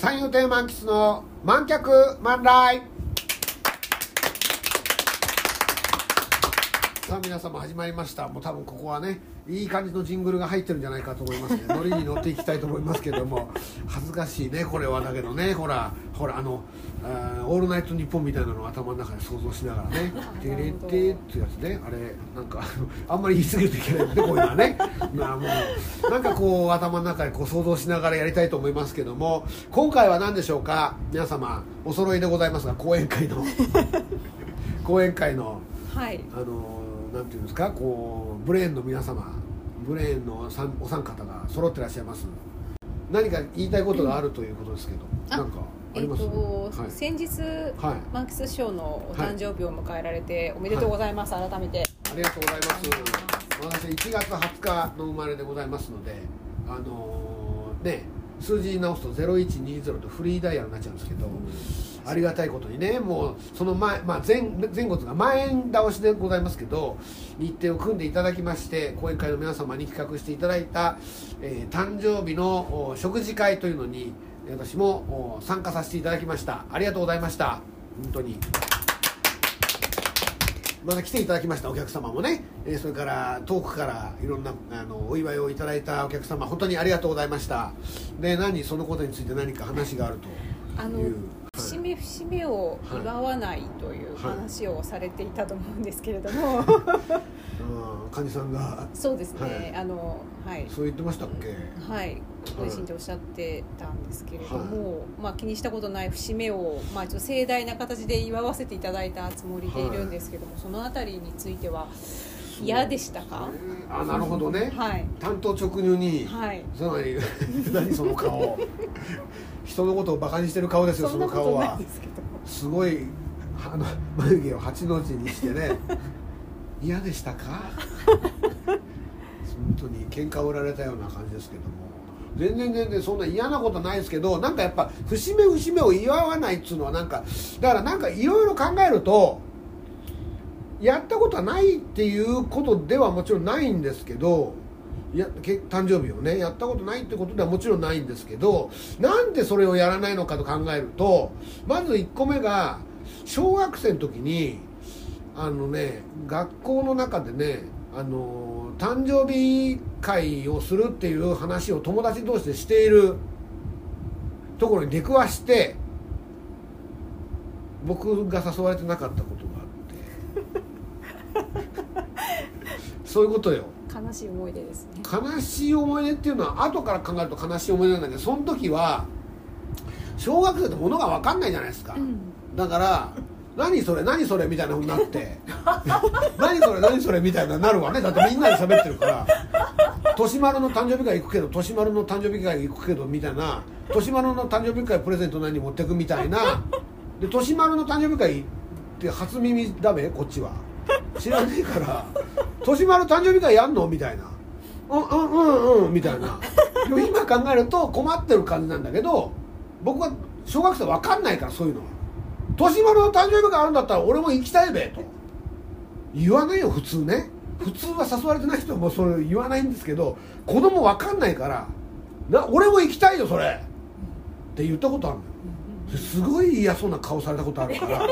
三遊亭満喫の満客満来。さあ皆様始まりました。もう多分ここはねいい感じのジングルが入ってるんじゃないかと思いますね。ノリに乗っていきたいと思いますけども、恥ずかしいねこれは。だけどね、ほらオールナイトニッポンみたいなのを頭の中で想像しながらねテレテってやつね、あれなんかあんまり言い過ぎるといけないんでこういうのはねまあもうなんかこう頭の中でこう想像しながらやりたいと思いますけども、今回は何でしょうか。皆様お揃いでございますが、講演会のはいなんていうんですか、こうブレーンの皆様、ブレーンのお三方が揃ってらっしゃいます。何か言いたいことがあるということですけど、なんかあります？ はい、先日、はい、満喫師匠のお誕生日を迎えられて、おめでとうございます、改めてありがとうございます。私1月20日の生まれでございますので、ね、数字に直すと0120とフリーダイヤルになっちゃうんですけど、ありがたいことにね、もうその前、前後が前倒しでございますけど、日程を組んでいただきまして、講演会の皆様に企画していただいた、誕生日の食事会というのに私も参加させていただきました。ありがとうございました。本当にまた来ていただきましたお客様もね、それから遠くからいろんなお祝いをいただいたお客様、本当にありがとうございました。で、そのことについて何か話があるという、 節目節目を祝わないという話をされていたと思うんですけれども、 患者さんがそうですね、はい、 そう言ってましたっけ。 はい、ご自身でおっしゃってたんですけれども、気にしたことない節目を、ちょっと盛大な形で祝わせていただいたつもりでいるんですけども、そのあたりについては嫌でしたか？ なるほどね、はい、単刀直入に、はい、つまり何その顔人のことをバカにしてる顔ですよ。その顔はすごい眉毛を8の字にしてね嫌でしたか本当に喧嘩を売られたような感じですけども、全然そんな嫌なことないですけど、なんかやっぱ節目節目を祝わないっていうのはだからなんかいろいろ考えると、やったことはないっていうことではもちろんないんですけど、誕生日をねやったことないってことではもちろんないんですけど、なんでそれをやらないのかと考えると、まず1個目が小学生の時に学校の中でね誕生日会をするっていう話を友達同士でしているところに出くわして、僕が誘われてなかったことがあってそういうことよ。 悲しい思い出ですね。 悲しい思い出っていうのは後から考えると悲しい思い出なんだけど、その時は小学生ってものが分かんないじゃないですか、だから何それみたいなふうになって何それみたいななるわね。だってみんなで喋ってるから、としまるの誕生日会行くけどとしまるの誕生日会行くけどみたいな、としまるの誕生日会プレゼント何持ってくみたいなで、としまるの誕生日会って初耳だべこっちは知らねえから、としまる誕生日会やんのみたいな、みたいな今考えると困ってる感じなんだけど、僕は小学生分かんないから、そういうのはとしまるの誕生日会あるんだったら俺も行きたいべと言わないよ普通ね。普通は誘われてない人はもうそれ言わないんですけど、子供分かんないから俺も行きたいよそれって言ったことあるのよ。すごい嫌そうな顔されたことあるから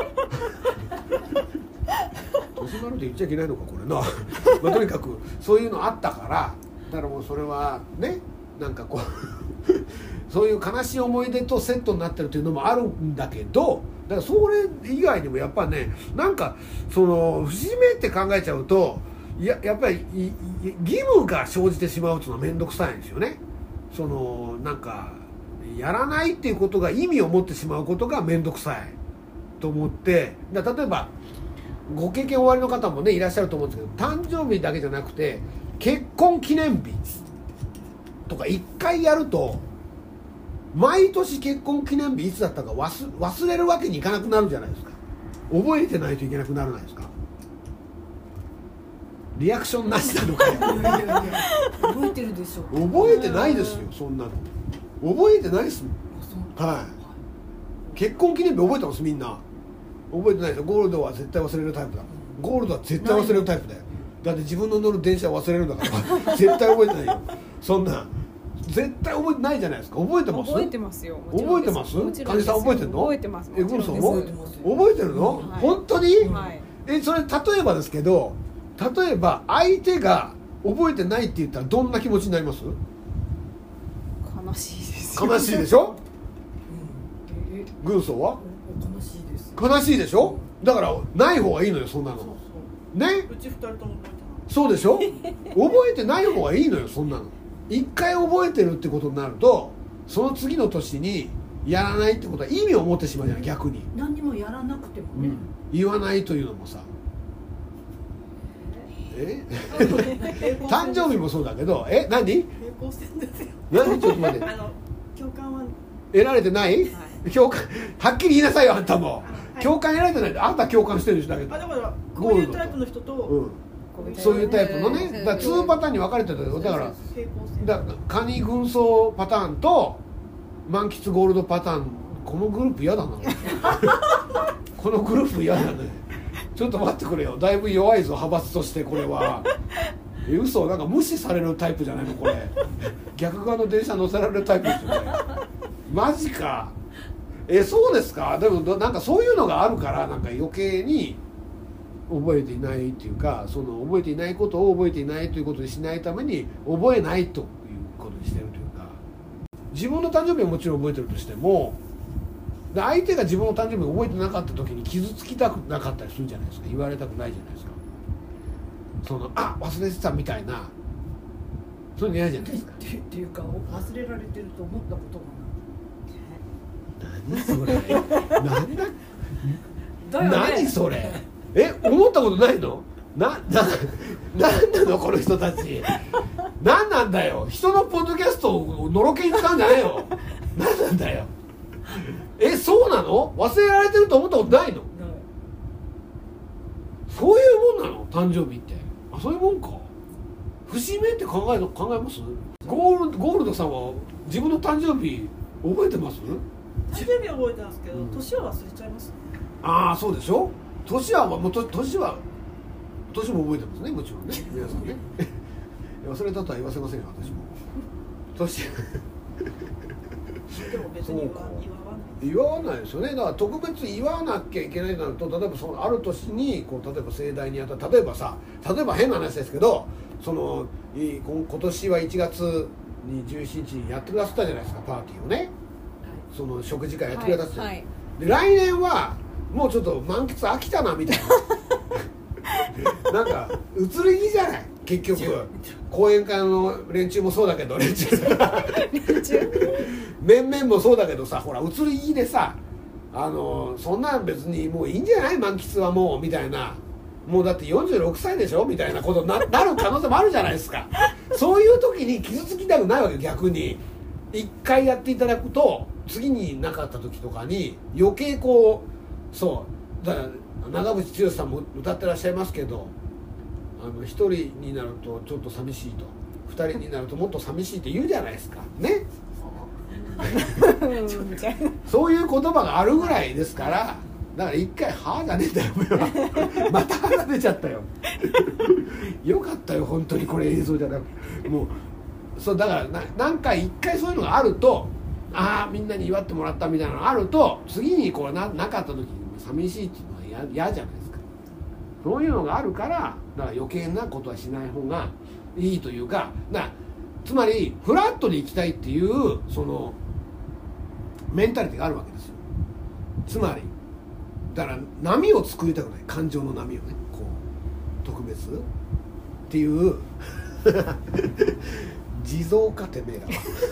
としまるって言っちゃいけないのかこれなとにかくそういうのあったから、だからもうそれはね、なんかこうそういう悲しい思い出とセットになってるというのもあるんだけど、だからそれ以外にもやっぱね、なんかその節目って考えちゃうとやっぱり義務が生じてしまうっていうのは面倒くさいんですよね。そのなんかやらないっていうことが意味を持ってしまうことが面倒くさいと思って、例えばご経験おありの方もねいらっしゃると思うんですけど、誕生日だけじゃなくて結婚記念日とか1回やると毎年結婚記念日いつだったか忘れるわけにいかなくなるじゃないですか。覚えてないといけなくならないですか。リアクションなしなのかよ覚えてるでしょ。 覚えてないですよ、そんなの覚えてないですもん。はい、結婚記念日覚えてます？みんな覚えてないですよ。ゴールドは絶対忘れるタイプだ。ゴールドは絶対忘れるタイプだよ。だって自分の乗る電車忘れるんだから絶対覚えてないよそんな。 絶対覚えてないじゃないですか。覚えてます？ 覚えてますよ。 覚えてます？カニさん覚えてるの？ 覚えてます。 グンソン覚えてます。 覚えてるの？ はい本当に？ はい。 それ例えばですけど、例えば相手が覚えてないって言ったらどんな気持ちになります？ 悲しいですよ。 悲しいでしょ？ えグンソンは悲しいです。 悲しいでしょ？だからない方がいいのよ、そんなの。 そうそう。 ね？ うち二人とも覚えてない。 そうでしょ？覚えてない方がいいのよ、そんなの。一回覚えてるってことになると、その次の年にやらないってことは意味を持ってしまうじゃない、逆に。 何にもやらなくてもね。 言わないというのもさ、誕生日もそうだけど、何？ 平行線ですよ。 何？ちょっと待って、 共感は得られてない？共感、はっきり言いなさいよ、あんたも。 はい共感得られてない。あんた共感してるでしょ、だけど。 だからこういうタイプの人と、 そういうタイプのね、だから2パターンに分かれてるんだよ。だから平行線。 カニ軍曹パターンと満喫ゴールドパターン、このグループ嫌だなこのグループ嫌だね。ちょっと待ってくれよ、だいぶ弱いぞ派閥として。これは嘘、なんか無視されるタイプじゃないのこれ。逆側の電車乗せられるタイプですよね。マジか。そうですか。でもなんかそういうのがあるから、なんか余計に覚えていないっていうか、その覚えていないことを覚えていないということにしないために覚えないということにしてるというか、自分の誕生日はもちろん覚えてるとしても、で相手が自分の誕生日を覚えてなかった時に傷つきたくなかったりするんじゃないですか。言われたくないじゃないですか。その忘れてたみたいな、そういうの嫌じゃないですか。 っていうか忘れられてると思ったことが何それなんだ、 ない。 何それ、思ったことないの？なんなのこの人たち。何なんだよ、人のポッドキャストをのろけに使うんじゃないよ。何なんだよ。そうなの？忘れられてると思ったことないの？そういうもんなの？誕生日って。そういうもんか。節目って考えます？ゴールドさんは自分の誕生日覚えてます？ 誕生日は覚えてますけど、年は忘れちゃいますね。 そうでしょ。年はも覚えてますね、もちろんね、皆さんね。忘れたとは言わせませんよ、私も。年でも別に祝わないですよね。だから特別祝わなきゃいけないとなると、例えばそのある年に例えば盛大にやった、例えば変な話ですけど、今年は1月に17日にやってくださったじゃないですか、パーティーをね。その食事会やってくださった、 はいはい、 で来年はもうちょっと満喫飽きたなみたいななんか移り気じゃない、結局。講演会の連中もそうだけど、面々もそうだけどさ、ほら移り気でさ、そんなん別にもういいんじゃない、満喫はもうみたいな、もうだって46歳でしょみたいなことになる可能性もあるじゃないですか。そういう時に傷つきたくないわけ。逆に一回やっていただくと次になかった時とかに余計そうだから、長渕剛さんも歌ってらっしゃいますけど、一人になるとちょっと寂しいと、二人になるともっと寂しいって言うじゃないですかね。そういう言葉があるぐらいですから、だから一回歯が出たよまた歯が出ちゃったよよかったよ本当に、これ映像じゃなくて、もうそうだからなんか一回そういうのがあると、みんなに祝ってもらったみたいなのがあると、次にこう なかった時に寂しいっていうのは嫌じゃないですか。そういうのがあるから、だから余計なことはしない方がいいというか、つまりフラットに行きたいっていうそのメンタリティがあるわけですよ。つまりだから波を作りたくない、感情の波をね、こう特別っていう地蔵かてめえら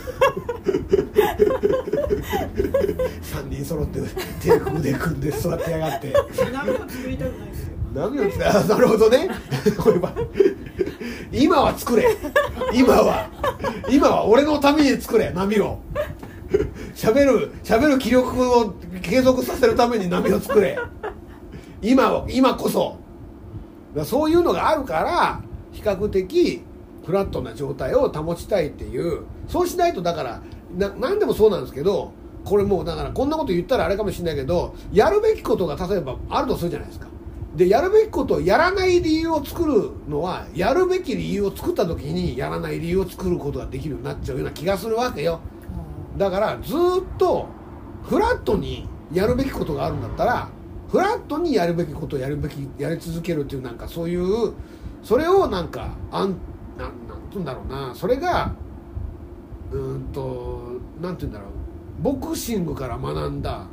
3人揃って腕組んで座ってやがって。 波を作りたくないですよ。 波をなるほどねこれは今は作れ、今は俺のために作れ、波を喋る気力を継続させるために波を作れ、今こそ。そういうのがあるから比較的フラットな状態を保ちたいっていう。そうしないと、だから何でもそうなんですけど、これもうだからこんなこと言ったらあれかもしれないけど、やるべきことが例えばあるとするじゃないですか。 でやるべきことをやらない理由を作るのはやるべき理由を作った時にやらない理由を作ることができるようになっちゃうような気がするわけよ。だからずっとフラットにやるべきことがあるんだったらフラットにやるべきことをやり続けるっていうなんかそういうそれをなんかなんて言うんだろうな、それがなんて言うんだろう、ボクシングから学んだ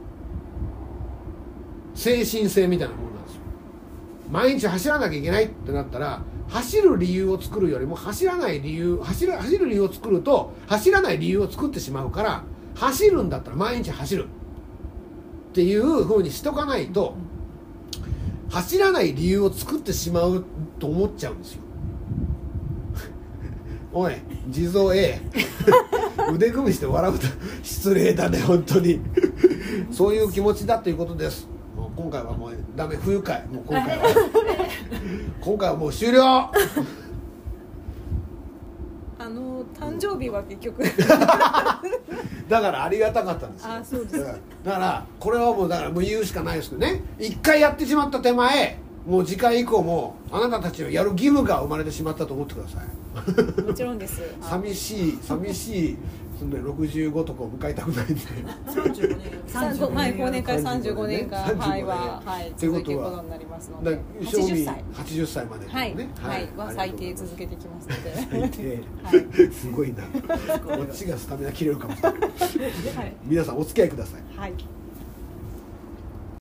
精神性みたいなものなんですよ。毎日走らなきゃいけないってなったら走る理由を作るよりも走る理由を作ると走らない理由を作ってしまうから、走るんだったら毎日走るっていう風にしとかないと走らない理由を作ってしまうと思っちゃうんですよ。おい地蔵 A 腕組みして笑うと失礼だね本当にそういう気持ちだということです。もう今回はもうダメ、不愉快、もう今回はもう終了誕生日は結局だからありがたかったんですよ。 あ、そうです。 だからこれはもうもう言うしかないですけどね、一回やってしまった手前もう次回以降もあなたたちのやる義務が生まれてしまったと思ってください。 もちろんです。 寂しいそんで65とかを迎えたくないんで 35年忘年会35年間 35 はい続けることになりますので、 80歳までねは最低続けてきますので最低すごいなこっちがスタミナ切れるかもしれない皆さんお付き合いください。 はい。